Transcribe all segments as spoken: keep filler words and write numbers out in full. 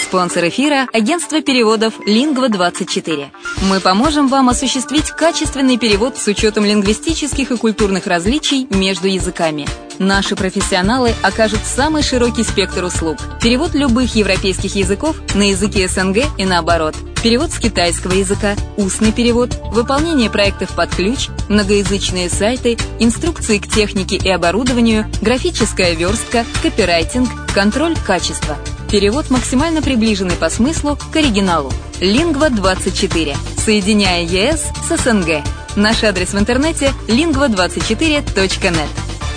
Спонсор эфира – агентство переводов Lingva двадцать четыре. Мы поможем вам осуществить качественный перевод с учетом лингвистических и культурных различий между языками. Наши профессионалы окажут самый широкий спектр услуг. Перевод любых европейских языков на языки СНГ и наоборот. Перевод с китайского языка, устный перевод, выполнение проектов под ключ, многоязычные сайты, инструкции к технике и оборудованию, графическая верстка, копирайтинг, контроль качества. Перевод максимально приближенный по смыслу к оригиналу. Lingva двадцать четыре. Соединяя ЕС с СНГ. Наш адрес в интернете lingva двадцать четыре точка нет.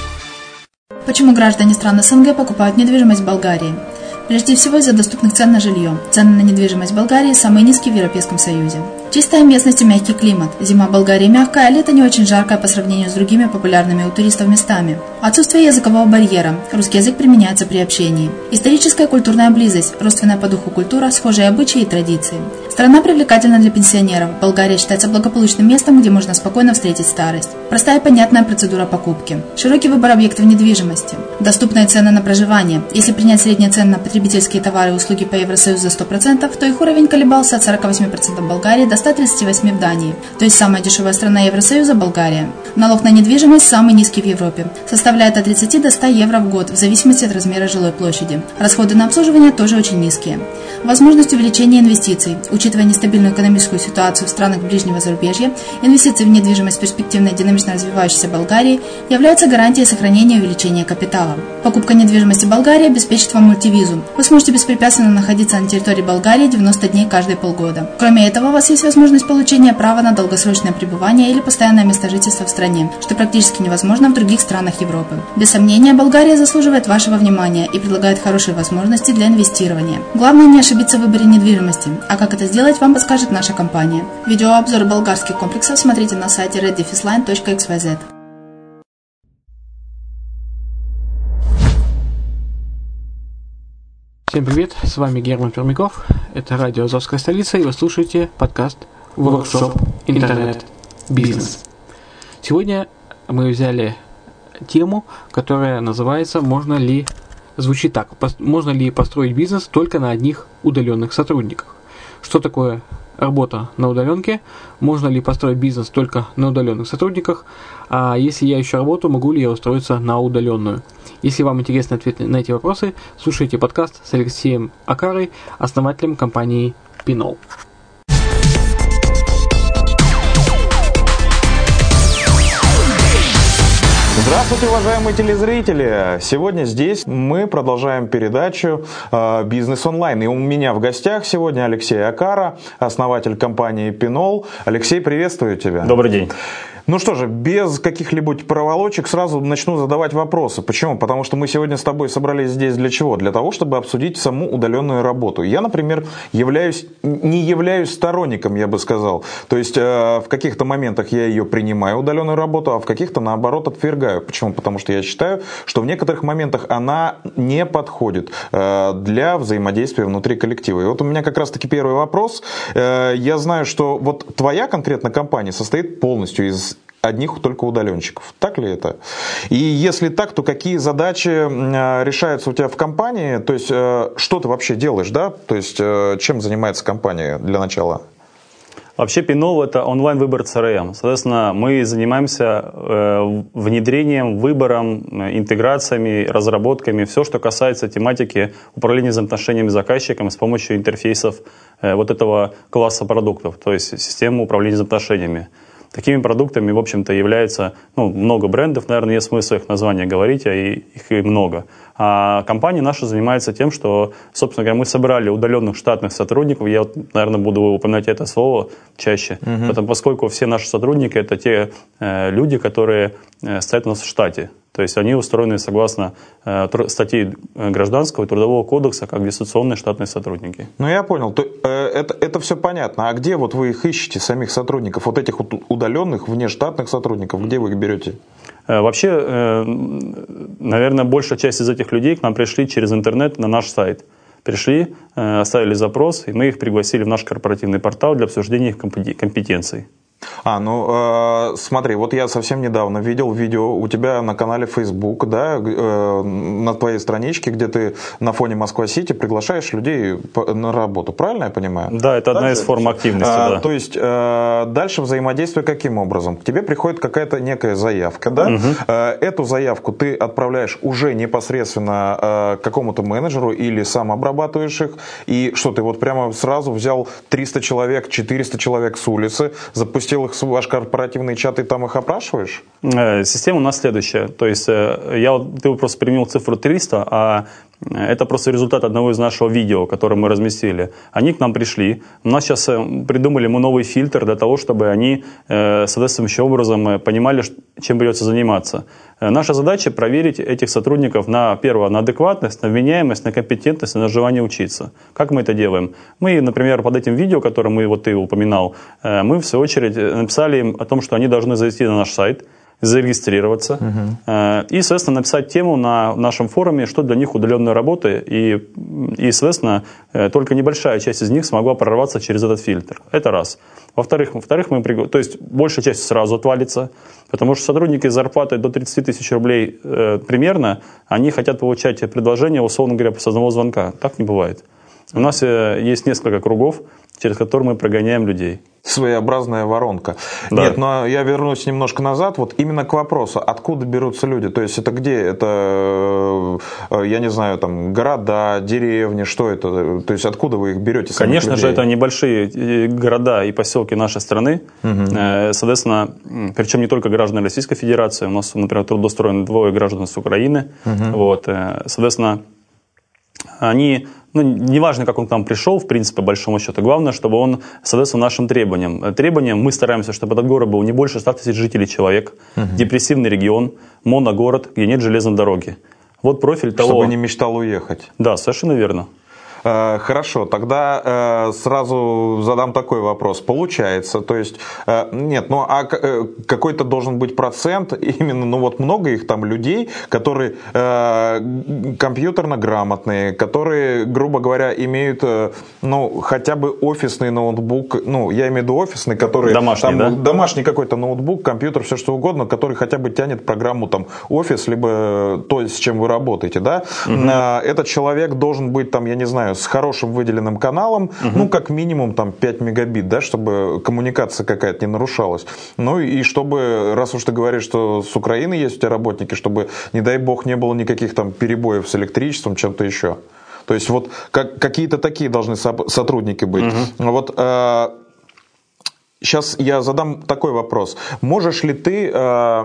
Почему граждане стран СНГ покупают недвижимость в Болгарии? Прежде всего из-за доступных цен на жилье. Цены на недвижимость в Болгарии самые низкие в Европейском Союзе. Чистая местность и мягкий климат. Зима в Болгарии мягкая, а лето не очень жаркое по сравнению с другими популярными у туристов местами. Отсутствие языкового барьера. Русский язык применяется при общении. Историческая и культурная близость. Родственная по духу культура, схожие обычаи и традиции. Страна привлекательна для пенсионеров. Болгария считается благополучным местом, где можно спокойно встретить старость. Простая и понятная процедура покупки. Широкий выбор объектов недвижимости. Доступные цены на проживание. Если принять средние цены на потребительские товары и услуги по Евросоюзу за сто процентов, то их уровень колебался от сорок восемь процентов в Болгарии до ста тридцати восьми процентов в Дании. То есть самая дешевая страна Евросоюза – Болгария. Налог на недвижимость самый низкий в Европе. Составляет от тридцати до ста евро в год, в зависимости от размера жилой площади. Расходы на обслуживание тоже очень низкие. Возможность увеличения инвестиций. Учитывая нестабильную экономическую ситуацию в странах ближнего зарубежья, инвестиции в недвижимость перспективной и динамично развивающейся Болгарии являются гарантией сохранения и увеличения капитала. Покупка недвижимости в Болгарии обеспечит вам мультивизу. Вы сможете беспрепятственно находиться на территории Болгарии девяносто дней каждые полгода. Кроме этого, у вас есть возможность получения права на долгосрочное пребывание или постоянное место жительства в стране, что практически невозможно в других странах Европы. Без сомнения, Болгария заслуживает вашего внимания и предлагает хорошие возможности для инвестирования. Главное не ошибиться в выборе недвижимости, а как это сделать, вам подскажет наша компания. Видеообзор болгарских комплексов смотрите на сайте red dash line точка икс вай зет. Всем привет, с вами Герман Пермяков, это радио «Азовская столица», и вы слушаете подкаст «Воркшоп Интернет-бизнес». Сегодня мы взяли тему, которая называется «Можно ли...» Звучит так: «Можно ли построить бизнес только на одних удаленных сотрудниках?» Что такое работа на удаленке? Можно ли построить бизнес только на удаленных сотрудниках? А если я ищу работу, могу ли я устроиться на удаленную? Если вам интересны ответы на эти вопросы, слушайте подкаст с Алексеем Акарой, основателем компании Pinol. Здравствуйте, уважаемые телезрители! Сегодня здесь мы продолжаем передачу э, «Бизнес онлайн». И у меня в гостях сегодня Алексей Акара, основатель компании Pinol. Алексей, приветствую тебя. Добрый день. Ну что же, без каких-либо проволочек сразу начну задавать вопросы. Почему? Потому что мы сегодня с тобой собрались здесь для чего? Для того, чтобы обсудить саму удаленную работу. Я, например, являюсь, не являюсь сторонником, я бы сказал. То есть э, в каких-то моментах я ее принимаю, удаленную работу, а в каких-то, наоборот, отвергаю. Почему? Потому что я считаю, что в некоторых моментах она не подходит э, для взаимодействия внутри коллектива. И вот у меня как раз-таки первый вопрос. Э, я знаю, что вот твоя конкретно компания состоит полностью из одних только удаленщиков. Так ли это? И если так, то какие задачи решаются у тебя в компании? То есть, что ты вообще делаешь, да? То есть, чем занимается компания для начала? Вообще Pinol – это онлайн-выбор си ар эм. Соответственно, мы занимаемся э, внедрением, выбором, интеграциями, разработками, все, что касается тематики управления взаимоотношениями с заказчиком с помощью интерфейсов э, вот этого класса продуктов, то есть системы управления взаимоотношениями. Такими продуктами, в общем-то, является, ну, много брендов, наверное, нет смысла их названия говорить, а их и много. А компания наша занимается тем, что, собственно говоря, мы собрали удаленных штатных сотрудников, я, вот, наверное, буду упоминать это слово чаще, uh-huh. потому, поскольку все наши сотрудники – это те э, люди, которые э, стоят у нас в штате. То есть они устроены согласно э, тр- статьи Гражданского и Трудового кодекса как дистанционные штатные сотрудники. Ну, я понял. То, э, это, это все понятно. А где вот вы их ищете, самих сотрудников, вот этих вот удаленных, внештатных сотрудников, где вы их берете? Э, вообще, э, наверное, большая часть из этих людей к нам пришли через интернет на наш сайт. Пришли, э, оставили запрос, и мы их пригласили в наш корпоративный портал для обсуждения их компетенций. А, ну, э, смотри, вот я совсем недавно видел видео у тебя на канале Facebook, да, э, на твоей страничке, где ты на фоне Москва-Сити приглашаешь людей по, на работу, правильно я понимаю? Да, это одна из форм активности, а, да. То есть, э, дальше взаимодействие каким образом? К тебе приходит какая-то некая заявка, да? Угу. Э, эту заявку ты отправляешь уже непосредственно э, какому-то менеджеру или сам обрабатываешь их, и что, ты вот прямо сразу взял триста человек, четыреста человек с улицы, запустил их в ваш корпоративный чат и там их опрашиваешь? Система у нас следующая. То есть я, ты просто применил цифру триста, а это просто результат одного из нашего видео, которое мы разместили. Они к нам пришли. У нас сейчас придумали мы новый фильтр для того, чтобы они соответствующим образом понимали, чем придется заниматься. Наша задача проверить этих сотрудников на, первое, на адекватность, на вменяемость, на компетентность, на желание учиться. Как мы это делаем? Мы, например, под этим видео, которое мы, вот ты упоминал, мы в свою очередь написали им о том, что они должны зайти на наш сайт, зарегистрироваться uh-huh. и, соответственно, написать тему на нашем форуме, что для них удаленная работа, и, и, соответственно, только небольшая часть из них смогла прорваться через этот фильтр. Это раз. Во-вторых, во-вторых мы, то есть большая часть сразу отвалится, потому что сотрудники с зарплатой до тридцать тысяч рублей э, примерно, они хотят получать предложение, условно говоря, с одного звонка. Так не бывает. У нас э, есть несколько кругов, через которые мы прогоняем людей. Своеобразная воронка. Да. Нет, но я вернусь немножко назад, вот именно к вопросу, откуда берутся люди, то есть это где, это, я не знаю, там, города, деревни, что это, то есть откуда вы их берете? Конечно же, это небольшие города и поселки нашей страны, угу. Соответственно, причем не только граждане Российской Федерации, у нас, например, трудоустроены двое граждан с Украины, угу. Вот, соответственно, они, ну, неважно, как он к нам пришел, в принципе, по большому счету, главное, чтобы он соответствовал нашим требованиям. Требованиям мы стараемся, чтобы этот город был не больше ста тысяч жителей человек, угу. Депрессивный регион, моногород, где нет железной дороги. Вот профиль того... Чтобы не мечтал уехать. Да, совершенно верно. Хорошо, тогда сразу задам такой вопрос. Получается, то есть, нет, ну а какой-то должен быть процент, именно, ну вот много их там людей, которые компьютерно грамотные, которые, грубо говоря, имеют, ну, хотя бы офисный ноутбук, ну, я имею в виду офисный, который... Домашний, там, да? Домашний какой-то ноутбук, компьютер, все что угодно, который хотя бы тянет программу там офис, либо то, с чем вы работаете, да? Угу. Этот человек должен быть там, я не знаю, с хорошим выделенным каналом, угу. ну, как минимум, там, пять мегабит, да, чтобы коммуникация какая-то не нарушалась. Ну, и чтобы, раз уж ты говоришь, что с Украины есть у тебя работники, чтобы, не дай бог, не было никаких там перебоев с электричеством, чем-то еще. То есть, вот, как, какие-то такие должны сотрудники быть. Угу. Вот, э, сейчас я задам такой вопрос. Можешь ли ты... Э,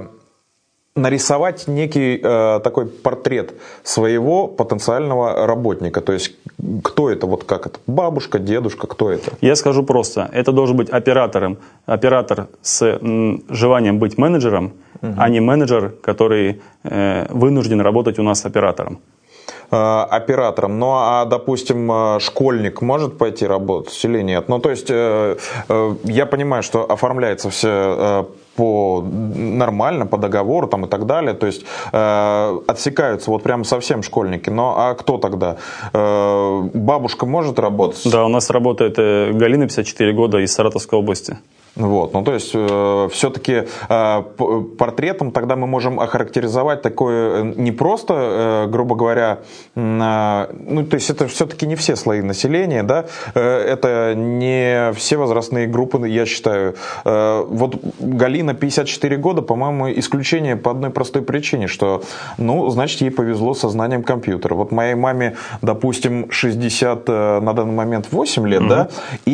нарисовать некий э, такой портрет своего потенциального работника. То есть, кто это, вот как это, бабушка, дедушка, кто это? Я скажу просто, это должен быть оператором, оператор с м, желанием быть менеджером, угу. а не менеджер, который э, вынужден работать у нас оператором. Оператором. Ну, а, допустим, школьник может пойти работать или нет? Ну, то есть, э, э, я понимаю, что оформляется все э, по нормально, по договору там, и так далее. То есть, э, отсекаются вот прям совсем школьники. Но а кто тогда? Э, бабушка может работать? Да, у нас работает Галина, пятьдесят четыре года, из Саратовской области. Вот, ну то есть э, все-таки э, портретом тогда мы можем охарактеризовать такое не просто, э, грубо говоря, э, ну то есть это все-таки не все слои населения, да, э, это не все возрастные группы, я считаю. Э, вот Галина, пятьдесят четыре года, по-моему, исключение по одной простой причине, что, ну, значит, ей повезло со знанием компьютера. Вот моей маме, допустим, шестьдесят, на данный момент восемь лет, угу. да,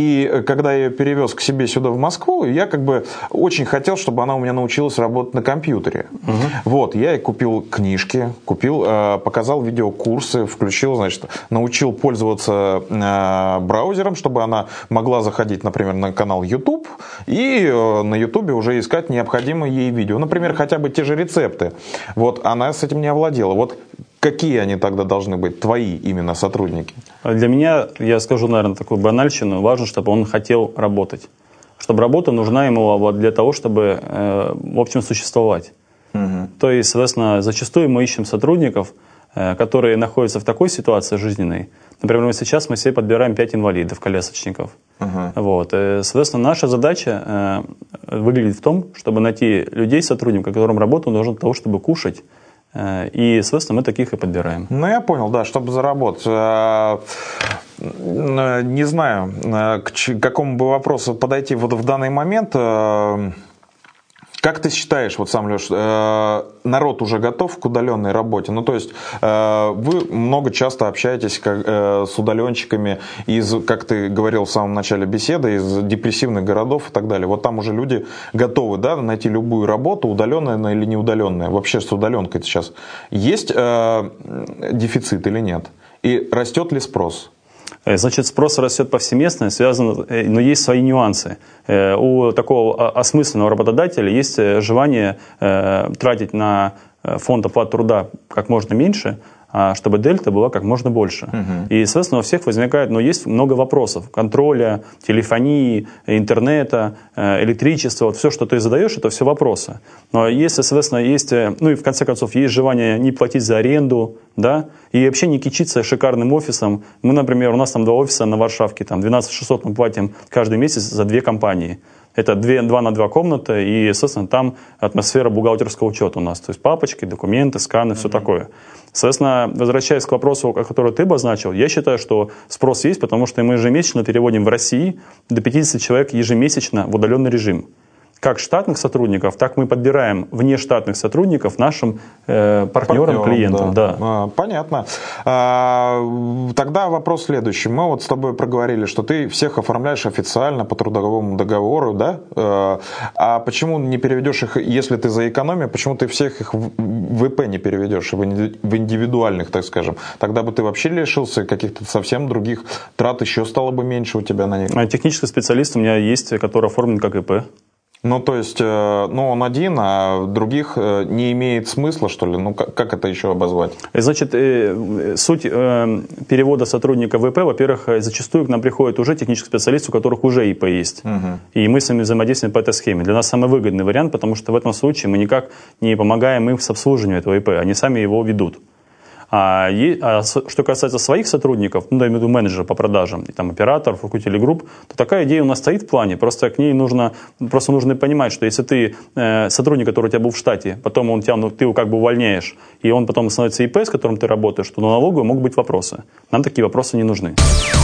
и когда я ее перевез к себе сюда в Москву, я как бы очень хотел, чтобы она у меня научилась работать на компьютере. Угу. Вот, я ей купил книжки, купил, показал видеокурсы, включил, значит, научил пользоваться браузером, чтобы она могла заходить, например, на канал YouTube и на YouTube уже искать необходимые ей видео. Например, хотя бы те же рецепты. Вот, она с этим не овладела. Вот какие они тогда должны быть, твои именно сотрудники? Для меня, я скажу, наверное, такую банальщину, важно, чтобы он хотел работать. Чтобы работа нужна ему для того, чтобы, э, в общем, существовать. Угу. То есть, соответственно, зачастую мы ищем сотрудников, э, которые находятся в такой ситуации жизненной. Например, сейчас мы себе подбираем пять инвалидов, колясочников. Угу. Вот. И, соответственно, наша задача выглядит в том, чтобы найти людей, сотрудников, которым работа нужна для того, чтобы кушать. И, соответственно, мы таких и подбираем. Ну, я понял, да, чтобы заработать. Не знаю, к какому бы вопросу подойти вот в данный момент. Как ты считаешь, вот сам, Леш, народ уже готов к удаленной работе? Ну, то есть вы много часто общаетесь с удаленщиками из, как ты говорил в самом начале беседы, из депрессивных городов и так далее. Вот там уже люди готовы, да, найти любую работу, удаленная она или неудаленная. Вообще с удаленкой сейчас есть дефицит или нет? И растет ли спрос? Значит, спрос растет повсеместно, связан, но есть свои нюансы. У такого осмысленного работодателя есть желание тратить на фонд оплаты труда как можно меньше, чтобы дельта была как можно больше. Uh-huh. И, соответственно, у всех возникает, но есть много вопросов. Контроля, телефонии, интернета, электричества. Вот все, что ты задаешь, это все вопросы. Но если, соответственно, есть, ну и в конце концов, есть желание не платить за аренду, да, и вообще не кичиться шикарным офисом. Мы, например, у нас там два офиса на Варшавке, там двенадцать тысяч шестьсот мы платим каждый месяц за две компании. Это две, два на два комнаты, и, естественно, там атмосфера бухгалтерского учета у нас. То есть папочки, документы, сканы, mm-hmm. все такое. Соответственно, возвращаясь к вопросу, который ты обозначил, я считаю, что спрос есть, потому что мы ежемесячно переводим в России до пятидесяти человек ежемесячно в удаленный режим. Как штатных сотрудников, так мы подбираем внештатных сотрудников нашим э, партнерам, партнерам, клиентам. Да. Да. А, понятно. А, тогда вопрос следующий. Мы вот с тобой проговорили, что ты всех оформляешь официально по трудовому договору, да? А почему не переведешь их, если ты за экономию, почему ты всех их в ВП не переведешь, в индивидуальных, так скажем? Тогда бы ты вообще лишился каких-то совсем других трат, еще стало бы меньше у тебя на них. Технический специалист у меня есть, который оформлен как ИП. Ну, то есть, ну, он один, а других не имеет смысла, что ли? Ну, как, как это еще обозвать? Значит, суть перевода сотрудника в ИП, во-первых, зачастую к нам приходят уже технические специалисты, у которых уже ИП есть. Угу. И мы с ними взаимодействуем по этой схеме. Для нас самый выгодный вариант, потому что в этом случае мы никак не помогаем им с обслуживанием этого ИП, они сами его ведут. А, а что касается своих сотрудников, ну, я имею в виду менеджера по продажам, там, операторов, руководителей групп, то такая идея у нас стоит в плане. Просто к ней нужно, просто нужно понимать, что если ты э, сотрудник, который у тебя был в штате, потом он тебя, ну, ты его как бы увольняешь, и он потом становится ИП, с которым ты работаешь, то на налоговую могут быть вопросы. Нам такие вопросы не нужны.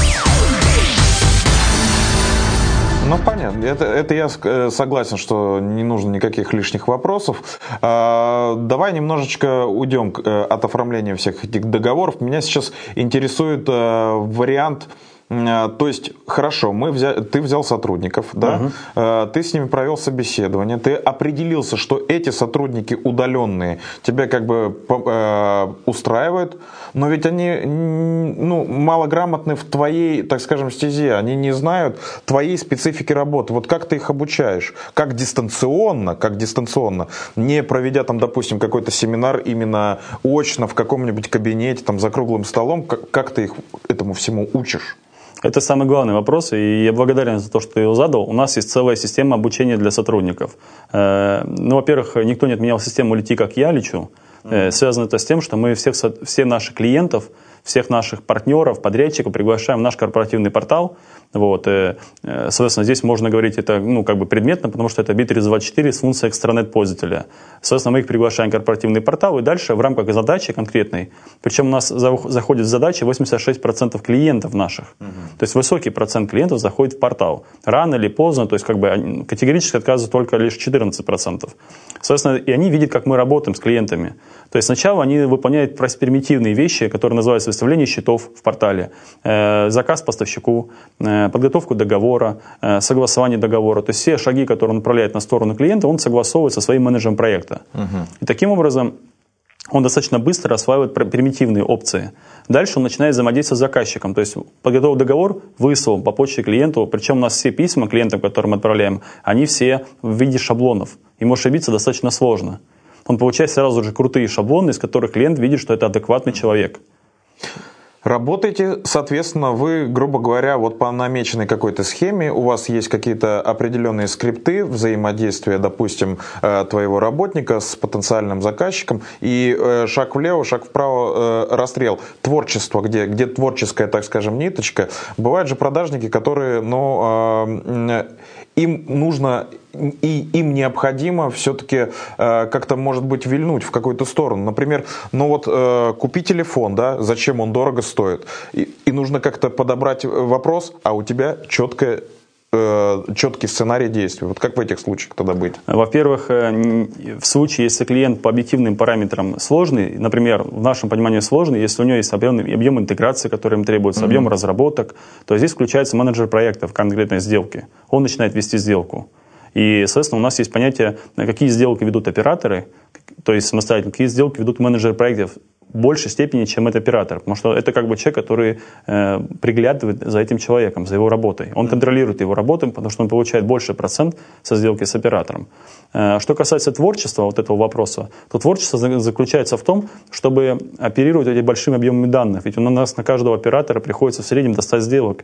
Ну, понятно. Это, это я согласен, что не нужно никаких лишних вопросов. А, давай немножечко уйдем от оформления всех этих договоров. Меня сейчас интересует а, вариант... То есть, хорошо, мы взяли, ты взял сотрудников, да, uh-huh. ты с ними провел собеседование, ты определился, что эти сотрудники удаленные тебя как бы э, устраивают, но ведь они, ну, малограмотны в твоей, так скажем, стезе, они не знают твоей специфики работы. Вот как ты их обучаешь? Как дистанционно, как дистанционно, не проведя там, допустим, какой-то семинар именно очно в каком-нибудь кабинете, там, за круглым столом, как, как ты их этому всему учишь? Это самый главный вопрос, и я благодарен за то, что ты его задал. У нас есть целая система обучения для сотрудников. Ну, во-первых, никто не отменял систему «Лети, как я лечу». Mm-hmm. Связано это с тем, что мы всех, всех наших клиентов, всех наших партнеров, подрядчиков приглашаем в наш корпоративный портал. Вот. Соответственно, здесь можно говорить это, ну, как бы предметно, потому что это би триста двадцать четыре с функцией экстранет-пользователя. Соответственно, мы их приглашаем в корпоративный портал, и дальше в рамках задачи конкретной, причем у нас заходит в задачи восемьдесят шесть процентов клиентов наших. Угу. То есть высокий процент клиентов заходит в портал. Рано или поздно, то есть как бы категорически отказывают только лишь четырнадцать процентов. Соответственно, и они видят, как мы работаем с клиентами. То есть сначала они выполняют примитивные вещи, которые называются выставление счетов в портале, э, заказ поставщику, э, подготовку договора, э, согласование договора. То есть все шаги, которые он направляет на сторону клиента, он согласовывает со своим менеджером проекта. Uh-huh. И таким образом он достаточно быстро осваивает примитивные опции. Дальше он начинает взаимодействовать с заказчиком. То есть подготовил договор, выслал по почте клиенту. Причем у нас все письма клиентам, которые мы отправляем, они все в виде шаблонов. Ему ошибиться достаточно сложно. Он получает сразу же крутые шаблоны, из которых клиент видит, что это адекватный человек. Работаете, соответственно, вы, грубо говоря, вот по намеченной какой-то схеме, у вас есть какие-то определенные скрипты взаимодействия, допустим, твоего работника с потенциальным заказчиком, и шаг влево, шаг вправо, расстрел. Творчество, где, где творческая, так скажем, ниточка. Бывают же продажники, которые, ну, им нужно и им необходимо все-таки э, как-то, может быть, вильнуть в какую-то сторону. Например, ну вот э, купи телефон, да, зачем он дорого стоит? И, и нужно как-то подобрать вопрос, а у тебя четкая четкий сценарий действий. Вот как в этих случаях тогда быть? Во-первых, в случае, если клиент по объективным параметрам сложный, например, в нашем понимании сложный, если у него есть объем, объем интеграции, который им требуется, mm-hmm. объем разработок, то здесь включается менеджер проекта в конкретной сделке. Он начинает вести сделку. И, соответственно, у нас есть понятие, какие сделки ведут операторы, то есть самостоятельно, какие сделки ведут менеджеры проектов, в большей степени, чем этот оператор. Потому что это как бы человек, который э, приглядывает за этим человеком, за его работой. Он контролирует его работу, потому что он получает больше процент со сделки с оператором. Э, что касается творчества, вот этого вопроса, то творчество заключается в том, чтобы оперировать этими большими объемами данных. Ведь у нас на каждого оператора приходится в среднем до ста сделок.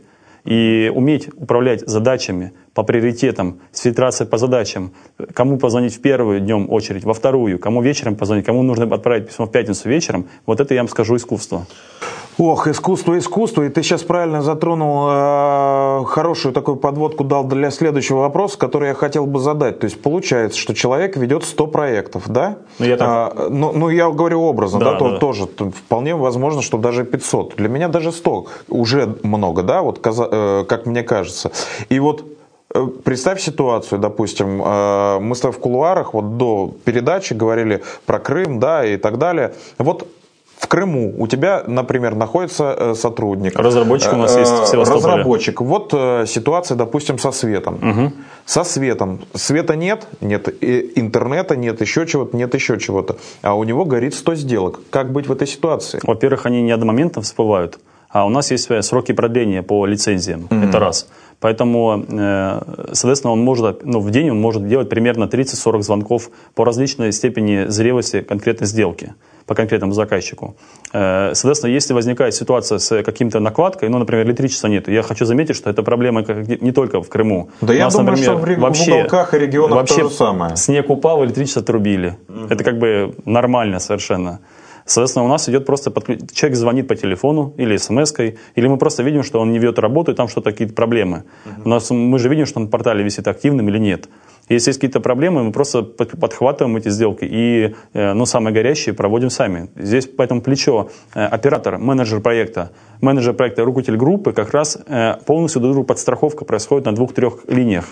И уметь управлять задачами по приоритетам, с фильтрацией по задачам, кому позвонить в первую днем очередь, во вторую, кому вечером позвонить, кому нужно отправить письмо в пятницу вечером, вот это, я вам скажу, искусство. Ох, искусство, искусство. И ты сейчас правильно затронул, э, хорошую такую подводку дал для следующего вопроса, который я хотел бы задать. То есть получается, что человек ведет сто проектов, да? Ну, я, так... а, ну, ну, я говорю образно, да, да, то, да. тоже вполне возможно, что даже пятьсот. Для меня даже сто уже много, да, вот, как мне кажется. И вот представь ситуацию, допустим, мы с тобой в кулуарах вот до передачи говорили про Крым, да, и так далее. Вот в Крыму у тебя, например, находится сотрудник. Разработчик у нас есть в Севастополе. Разработчик. Вот ситуация, допустим, со светом. Угу. Со светом. Света нет, нет интернета, нет еще чего-то, нет еще чего-то. А у него горит сто сделок. Как быть в этой ситуации? Во-первых, они не одномоментно всплывают. А у нас есть сроки продления по лицензиям. Mm-hmm. Это раз. Поэтому, соответственно, он может, ну, в день он может делать примерно тридцать-сорок звонков по различной степени зрелости конкретной сделки, по конкретному заказчику. Соответственно, если возникает ситуация с каким-то накладкой, ну, например, электричества нет, я хочу заметить, что это проблема не только в Крыму. Да я нас, думаю, например, что в, рег... вообще, в уголках и регионах вообще то же самое. Снег упал, электричество отрубили. Mm-hmm. Это как бы нормально совершенно. Соответственно, у нас идет просто... Подключ... Человек звонит по телефону или смс-кой, или мы просто видим, что он не ведет работу, и там что-то какие-то проблемы. Uh-huh. У нас, мы же видим, что он на портале висит активным или нет. Если есть какие-то проблемы, мы просто подхватываем эти сделки и, ну, самые горящие проводим сами. Здесь поэтому плечо оператор, менеджер проекта, менеджер проекта, руководитель группы, как раз полностью друг другу подстраховка происходит на двух-трех линиях.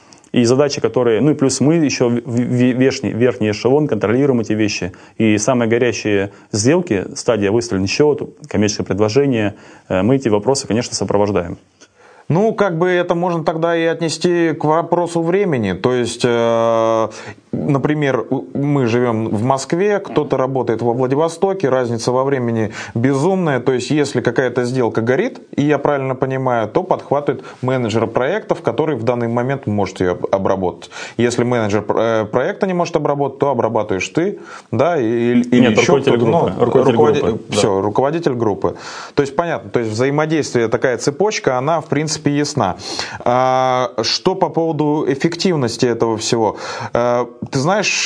И задачи, которые, ну и плюс мы еще верхний, верхний эшелон контролируем эти вещи. И самые горячие сделки, стадия выставлен счет, коммерческое предложение, мы эти вопросы, конечно, сопровождаем. Ну, как бы это можно тогда и отнести к вопросу времени. То есть, э, например, мы живем в Москве, кто-то работает во Владивостоке, разница во времени безумная. То есть, если какая-то сделка горит, и я правильно понимаю, то подхватывает менеджер проектов, который в данный момент может ее обработать. Если менеджер проекта не может обработать, то обрабатываешь ты, да, или, или Нет, еще руководитель группы. Ну, руководитель руководи... группы. Все, да. руководитель группы. То есть, понятно, то есть взаимодействие, такая цепочка, она, в принципе, ясна. А, что по поводу эффективности этого всего? А, ты знаешь,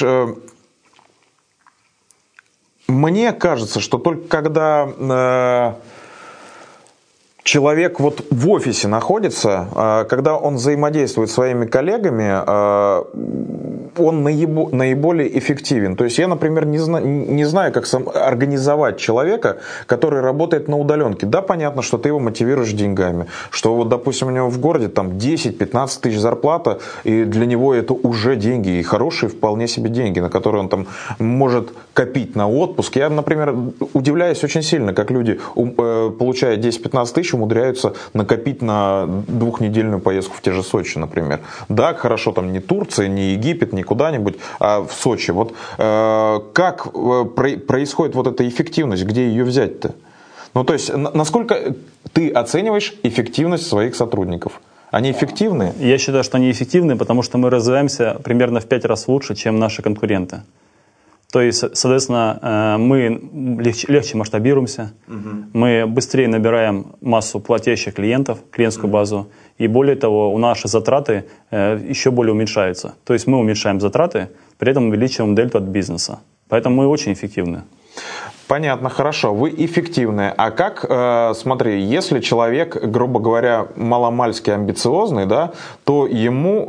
мне кажется, что только когда а, человек вот в офисе находится, а, когда он взаимодействует с своими коллегами, а, он наибо, наиболее эффективен. То есть я, например, не, зна, не знаю, как сам организовать человека, который работает на удаленке. Да, понятно, что ты его мотивируешь деньгами. Что вот, допустим, у него в городе там десять-пятнадцать тысяч зарплата, и для него это уже деньги, и хорошие вполне себе деньги, на которые он там может копить на отпуск. Я, например, удивляюсь очень сильно, как люди, получая десять-пятнадцать тысяч, умудряются накопить на двухнедельную поездку в те же Сочи, например. Да, хорошо, там не Турция, не Египет, не куда-нибудь, а в Сочи. Вот э, как э, про, происходит вот эта эффективность, где ее взять-то? Ну, то есть, на, насколько ты оцениваешь эффективность своих сотрудников? Они эффективны? Я считаю, что они эффективны, потому что мы развиваемся примерно в пять раз лучше, чем наши конкуренты. То есть, соответственно, мы легче, легче масштабируемся, угу. мы быстрее набираем массу платящих клиентов, клиентскую базу, и более того, у наши затраты еще более уменьшаются. То есть мы уменьшаем затраты, при этом увеличиваем дельту от бизнеса. Поэтому мы очень эффективны. Понятно, хорошо. Вы эффективны. А как, э, смотри, если человек, грубо говоря, маломальски амбициозный, да, то ему,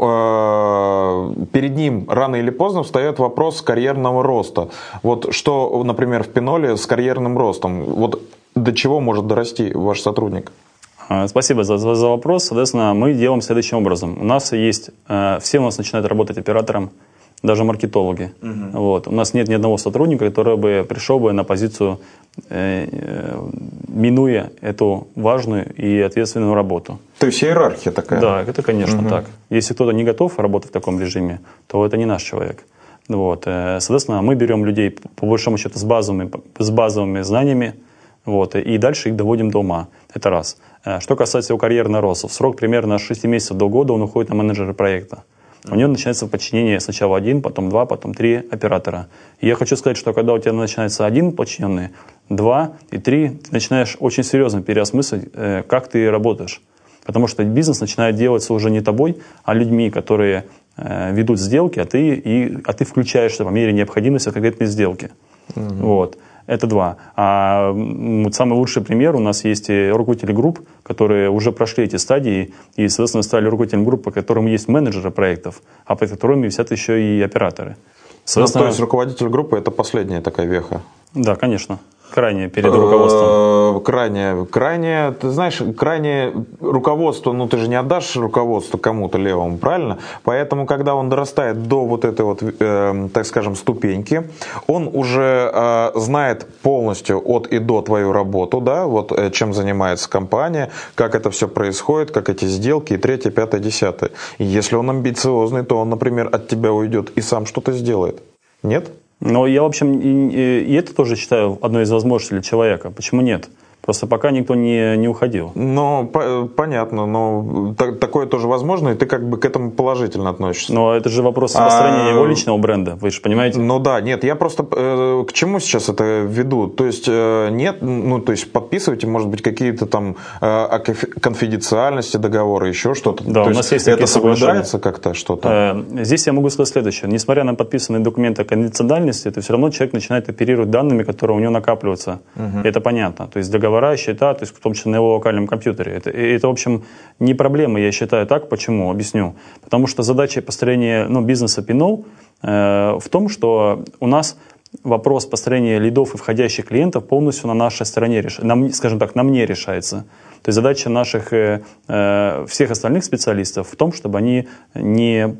э, перед ним рано или поздно встает вопрос карьерного роста. Вот что, например, в Пиноле с карьерным ростом? Вот до чего может дорасти ваш сотрудник? Спасибо за, за, за вопрос. Соответственно, мы делаем следующим образом. У нас есть, э, все у нас начинают работать оператором, даже маркетологи. Uh-huh. Вот. У нас нет ни одного сотрудника, который бы пришел бы на позицию, э, э, минуя эту важную и ответственную работу. То есть иерархия такая? Да, это, конечно, uh-huh. так. Если кто-то не готов работать в таком режиме, то это не наш человек. Вот. Соответственно, мы берем людей, по большому счету, с базовыми, с базовыми знаниями, вот, и дальше их доводим до ума. Это раз. Что касается его карьерного роста, в срок примерно с шести месяцев до года он уходит на менеджера проекта. У него начинается подчинение сначала один, потом два, потом три оператора. И я хочу сказать, что когда у тебя начинается один подчиненный, два и три, ты начинаешь очень серьезно переосмыслить, как ты работаешь. Потому что бизнес начинает делаться уже не тобой, а людьми, которые ведут сделки, а ты, и, а ты включаешься по мере необходимости в конкретной сделке. Угу. Вот. Это два. А вот самый лучший пример, у нас есть руководители групп, которые уже прошли эти стадии и, соответственно, стали руководителем групп, по которым есть менеджеры проектов, а под которыми висят еще и операторы. Ну, то есть руководитель группы – это последняя такая веха? Да, конечно. Крайне перед руководством. Крайне, крайне, ты знаешь, крайне руководство, ну ты же не отдашь руководство кому-то левому, правильно? Поэтому, когда он дорастает до вот этой вот, э, так скажем, ступеньки, он уже э, знает полностью от и до твою работу, да, вот э, чем занимается компания, как это все происходит, как эти сделки, и третье, пятое, десятое. И если он амбициозный, то он, например, от тебя уйдет и сам что-то сделает. Нет? Но я, в общем, и, и это тоже считаю одной из возможностей для человека. Почему нет? Просто пока никто не, не уходил. Ну, по, понятно, но так, такое тоже возможно, и ты как бы к этому положительно относишься. Но это же вопрос построения а, его личного бренда, вы же понимаете? Ну да, нет, я просто э, к чему сейчас это веду? То есть э, нет, ну то есть подписывайте, может быть, какие-то там э, о конфиденциальности договора, еще что-то. Да, то у нас есть это соблюдается как-то что-то? Э, здесь я могу сказать следующее. Несмотря на подписанные документы о конфиденциальности, это все равно человек начинает оперировать данными, которые у него накапливаются. Угу. Это понятно. То есть договор счета, то есть в том числе на его локальном компьютере. Это, это, в общем, не проблема, я считаю так. Почему? Объясню. Потому что задача построения ну, бизнеса Pinole э, в том, что у нас вопрос построения лидов и входящих клиентов полностью на нашей стороне, на, скажем так, на мне решается. То есть задача наших, э, э, всех остальных специалистов в том, чтобы они не,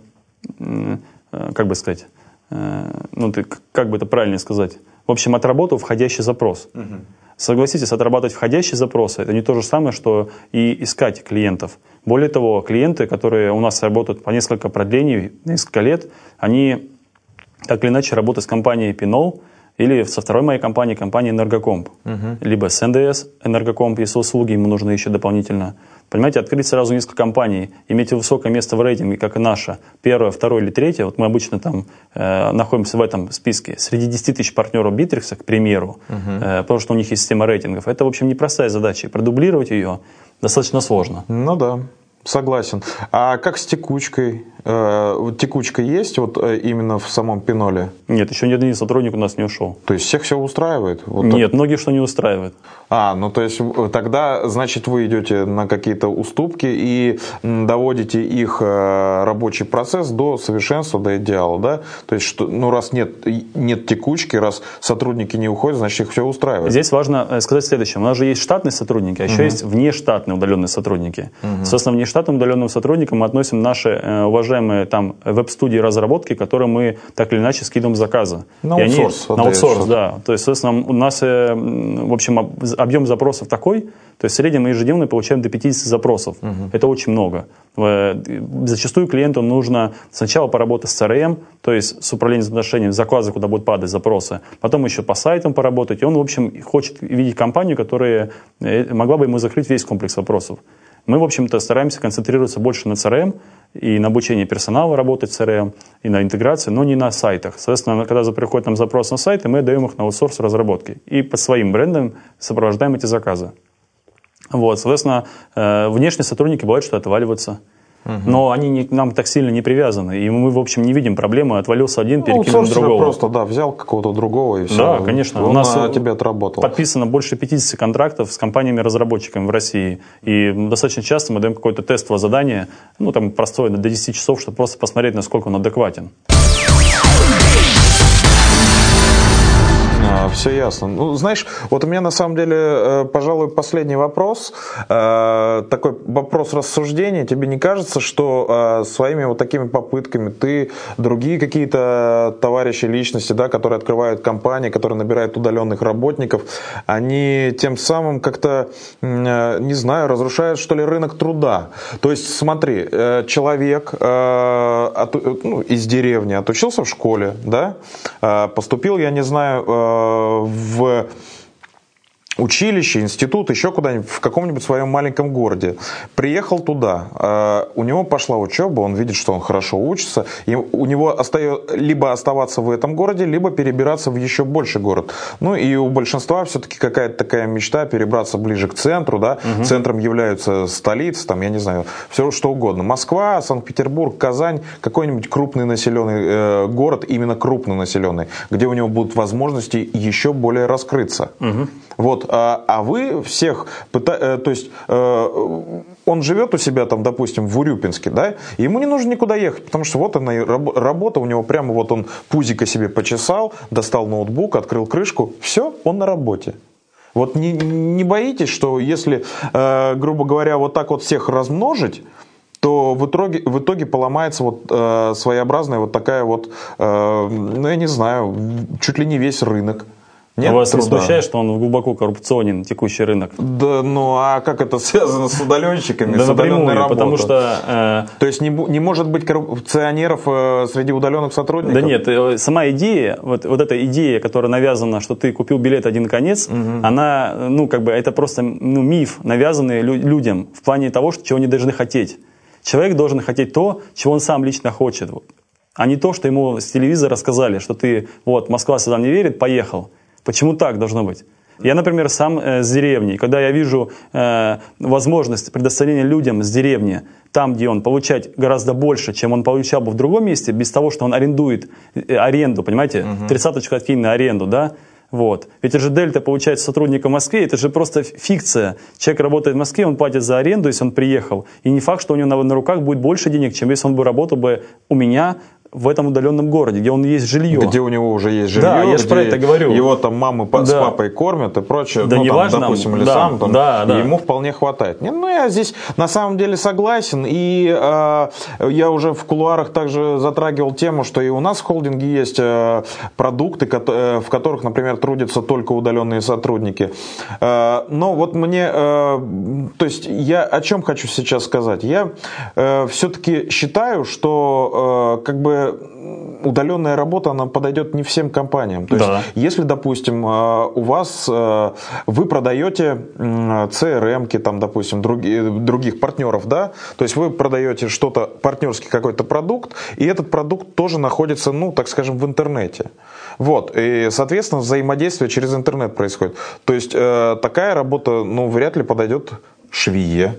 э, как бы сказать, э, ну, ты, как бы это правильно сказать, в общем, отработал входящий запрос. Угу. Согласитесь, отрабатывать входящие запросы – это не то же самое, что и искать клиентов. Более того, клиенты, которые у нас работают по несколько продлений, несколько лет, они так или иначе работают с компанией Pinole или со второй моей компанией, компанией Энергокомп. Uh-huh. Либо с эн дэ эс Энергокомп, если услуги ему нужны еще дополнительно. Понимаете, открыть сразу несколько компаний, иметь высокое место в рейтинге, как и наша, первое, второе или третье, вот мы обычно там э, находимся в этом списке, среди десяти тысяч партнеров Битрикса, к примеру, uh-huh. э, потому что у них есть система рейтингов. Это, в общем, непростая задача, и продублировать ее достаточно сложно. Ну да. Согласен. А как с текучкой? Э, текучка есть вот именно в самом Pinole? Нет, еще ни один сотрудник у нас не ушел. То есть всех все устраивает? Вот Нет, так? Многих что не устраивает. А, ну то есть тогда, значит, вы идете на какие-то уступки и доводите их рабочий процесс до совершенства, до идеала, да? То есть, что, ну раз нет, нет текучки, раз сотрудники не уходят, значит, их все устраивает. Здесь важно сказать следующее. У нас же есть штатные сотрудники, а еще угу. есть внештатные удаленные сотрудники. Угу. Собственно, внештатные штатным удаленным сотрудникам мы относим наши э, уважаемые там веб-студии разработки, которые мы так или иначе скидываем заказы. На аутсорс. На аутсорс, да. То есть, соответственно, у нас, э, в общем, объем запросов такой, то есть в среднем мы ежедневно получаем до пятидесяти запросов. Uh-huh. Это очень много. Э, зачастую клиенту нужно сначала поработать с си ар эм, то есть с управлением отношениями, заказы, куда будут падать запросы, потом еще по сайтам поработать, и он, в общем, хочет видеть компанию, которая могла бы ему закрыть весь комплекс вопросов. Мы, в общем-то, стараемся концентрироваться больше на си ар эм и на обучении персонала работать в си ар эм, и на интеграции, но не на сайтах. Соответственно, когда приходит нам запрос на сайты, мы даем их на аутсорс разработки. И по своим брендам сопровождаем эти заказы. Вот, соответственно, внешние сотрудники бывает, что отваливаются. Но они не, к нам так сильно не привязаны. И мы, в общем, не видим проблемы. Отвалился один, ну, перекинул на другого. просто, да, взял какого-то другого и все. Да, конечно. Он у нас на тебе отработал. Подписано больше пятьдесят контрактов с компаниями-разработчиками в России. И достаточно часто мы даем какое-то тестовое задание, ну, там, простое, до десяти часов, чтобы просто посмотреть, насколько он адекватен. Все ясно. Ну, знаешь, вот у меня на самом деле, пожалуй, последний вопрос, такой вопрос рассуждения. Тебе не кажется, что своими вот такими попытками ты, другие какие-то товарищи, личности, да, которые открывают компании, которые набирают удаленных работников, они тем самым как-то, не знаю, разрушают, что ли, рынок труда? То есть, смотри, человек ну, из деревни отучился в школе, да, поступил, я не знаю, в училище, институт, еще куда-нибудь, в каком-нибудь своем маленьком городе. Приехал туда, у него пошла учеба, он видит, что он хорошо учится, и у него остается либо оставаться в этом городе, либо перебираться в еще больший город. Ну и у большинства все-таки какая-то такая мечта перебраться ближе к центру, да, угу. Центром являются столицы, там, я не знаю, все что угодно. Москва, Санкт-Петербург, Казань, какой-нибудь крупный населенный э, город, именно крупный населенный, где у него будут возможности еще более раскрыться. Угу. Вот. А, а вы всех, пыта... то есть э, он живет у себя там, допустим, в Урюпинске, да, и ему не нужно никуда ехать, потому что вот она работа, у него прямо вот он пузико себе почесал, достал ноутбук, открыл крышку, все, он на работе. Вот не, не боитесь, что если, э, грубо говоря, вот так вот всех размножить, то в итоге, в итоге поломается вот э, своеобразная вот такая вот, э, ну я не знаю, чуть ли не весь рынок. Нет вас труда. Не смущает, что он глубоко коррупционен, текущий рынок? Да, ну а как это связано с удаленщиками, да с удаленной работой? Потому что... Э... То есть не, не может быть коррупционеров э, среди удаленных сотрудников? Да нет, э, сама идея, вот, вот эта идея, которая навязана, что ты купил билет один конец, угу. Она, ну как бы, это просто ну, миф, навязанный лю- людям в плане того, что, чего они должны хотеть. Человек должен хотеть то, чего он сам лично хочет, вот. А не то, что ему с телевизора сказали, что ты, вот, Москва сюда не верит, поехал. Почему так должно быть? Я, например, сам э, с деревни. Когда я вижу э, возможность предоставления людям с деревни, там, где он получает гораздо больше, чем он получал бы в другом месте, без того, что он арендует э, аренду, понимаете, угу. тридцаточку откинь на аренду, да? Вот. Ведь это же дельта получает сотрудника в Москве, это же просто фикция. Человек работает в Москве, он платит за аренду, если он приехал. И не факт, что у него на, на руках будет больше денег, чем если он бы работал бы у меня в этом удаленном городе, где он есть жилье. Где у него уже есть жилье, да, я же про это говорю. Его там мамы да. с папой кормят и прочее. Да, ну, не там, важно, допустим, или да, сам, там, да, да. ему вполне хватает. Нет, ну, я здесь на самом деле согласен. И э, я уже в кулуарах также затрагивал тему, что и у нас в холдинге есть э, продукты, ко- в которых, например, трудятся только удаленные сотрудники. Э, но вот мне, э, то есть я о чем хочу сейчас сказать? Я э, все-таки считаю, что э, как бы удаленная работа, она подойдет не всем компаниям. То да. есть, если, допустим, у вас, вы продаете си эр эм-ки, там, допустим, других, других партнеров, да, то есть вы продаете что-то, партнерский какой-то продукт, и этот продукт тоже находится, ну, так скажем, в интернете. Вот, и, соответственно, взаимодействие через интернет происходит. То есть, такая работа, ну, вряд ли подойдет швее.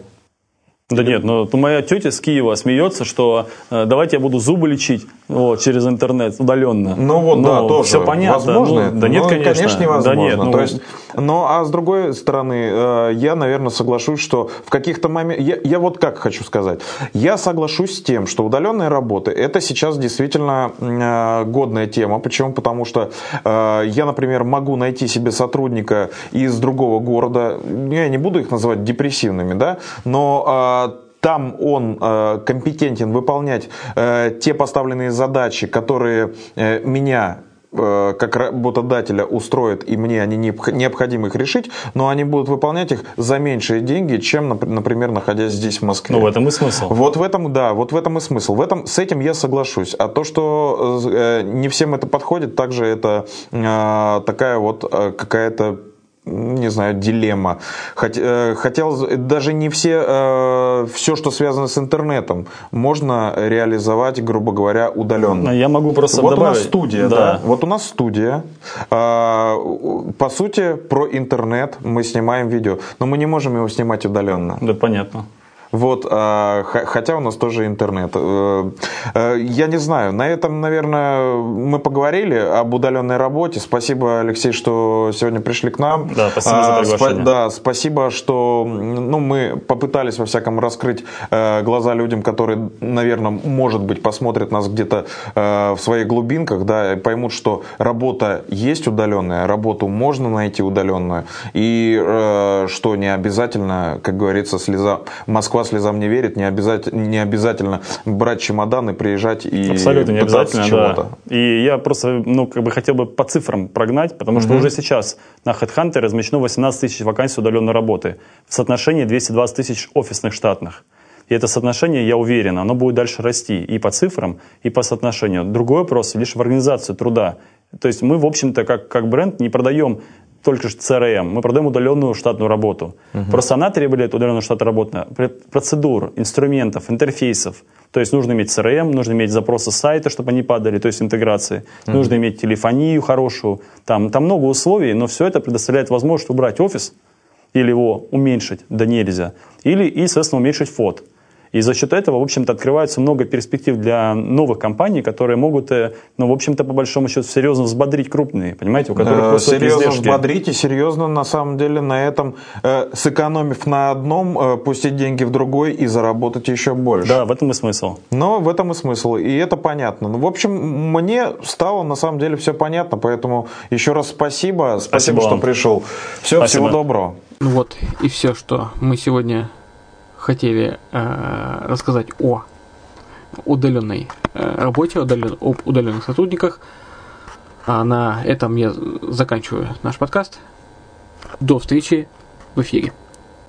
Да нет, но моя тетя с Киева смеется, что э, давайте я буду зубы лечить вот, через интернет удаленно. Ну вот, но да, тоже. Все понятно. Возможно? Ну, да нет, ну, конечно. конечно, невозможно. Да нет, ну... То есть, ну, а с другой стороны, э, я, наверное, соглашусь, что в каких-то моментах... Я, я вот как хочу сказать. Я соглашусь с тем, что удаленные работы, это сейчас действительно э, годная тема. Почему? Потому что э, я, например, могу найти себе сотрудника из другого города. Я не буду их называть депрессивными, да, но... Э, Там он э, компетентен выполнять э, те поставленные задачи, которые э, меня э, как работодателя устроят, и мне они необходимо их решить, но они будут выполнять их за меньшие деньги, чем, например, находясь здесь в Москве. Ну, в этом и смысл. Вот в этом, да, вот в этом и смысл. В этом, с этим я соглашусь. А то, что э, не всем это подходит, также это э, такая вот э, какая-то, не знаю, дилемма. Хотел, даже не все, все, что связано с интернетом, можно реализовать, грубо говоря, удаленно. Я могу просто вот добавить. У нас студия, да. Да. Вот у нас студия. По сути, про интернет мы снимаем видео, но мы не можем его снимать удаленно. Да, понятно. Вот, а, хотя у нас тоже интернет. Я не знаю, на этом, наверное, мы поговорили об удаленной работе. Спасибо, Алексей, что сегодня пришли к нам. Да, спасибо за приглашение. Спа- да, спасибо, что ну, мы попытались, во всяком, раскрыть э, глаза людям, которые, наверное, может быть, посмотрят нас где-то э, в своих глубинках, да, и поймут, что работа есть удаленная, работу можно найти удаленную, и э, что не обязательно, как говорится, слеза, Москва слезам не верит, не обязательно, не обязательно брать чемодан и приезжать и абсолютно не пытаться обязательно, чего-то. Да. И я просто, ну, как бы хотел бы по цифрам прогнать, потому что mm-hmm. уже сейчас на HeadHunter размещено восемнадцать тысяч вакансий удаленной работы в соотношении двести двадцать тысяч офисных штатных. И это соотношение, я уверен, оно будет дальше расти и по цифрам, и по соотношению. Другой вопрос лишь в организацию труда. То есть мы, в общем-то, как, как бренд не продаем только си ар эм, мы продаем удаленную штатную работу. Uh-huh. Просто она требует удаленную штатную работу, процедур, инструментов, интерфейсов. То есть нужно иметь си ар эм, нужно иметь запросы сайта, чтобы они падали, то есть интеграции. Uh-huh. Нужно иметь телефонию хорошую. Там, там много условий, но все это предоставляет возможность убрать офис или его уменьшить, да нельзя, или, и, соответственно, уменьшить фот. И за счет этого, в общем-то, открывается много перспектив для новых компаний, которые могут, ну, в общем-то, по большому счету, серьезно взбодрить крупные, понимаете, у которых э, высокие серьезно издержки. взбодрить и серьезно, на самом деле, на этом, э, сэкономив на одном, э, пустить деньги в другой и заработать еще больше. Да, в этом и смысл. Но в этом и смысл, и это понятно. Ну, в общем, мне стало, на самом деле, все понятно, поэтому еще раз спасибо, спасибо, спасибо что вам. Пришел. Все, спасибо. Всего доброго. Ну вот, и все, что мы сегодня хотели э, рассказать о удаленной э, работе, удален, об удаленных сотрудниках. А на этом я заканчиваю наш подкаст. До встречи в эфире.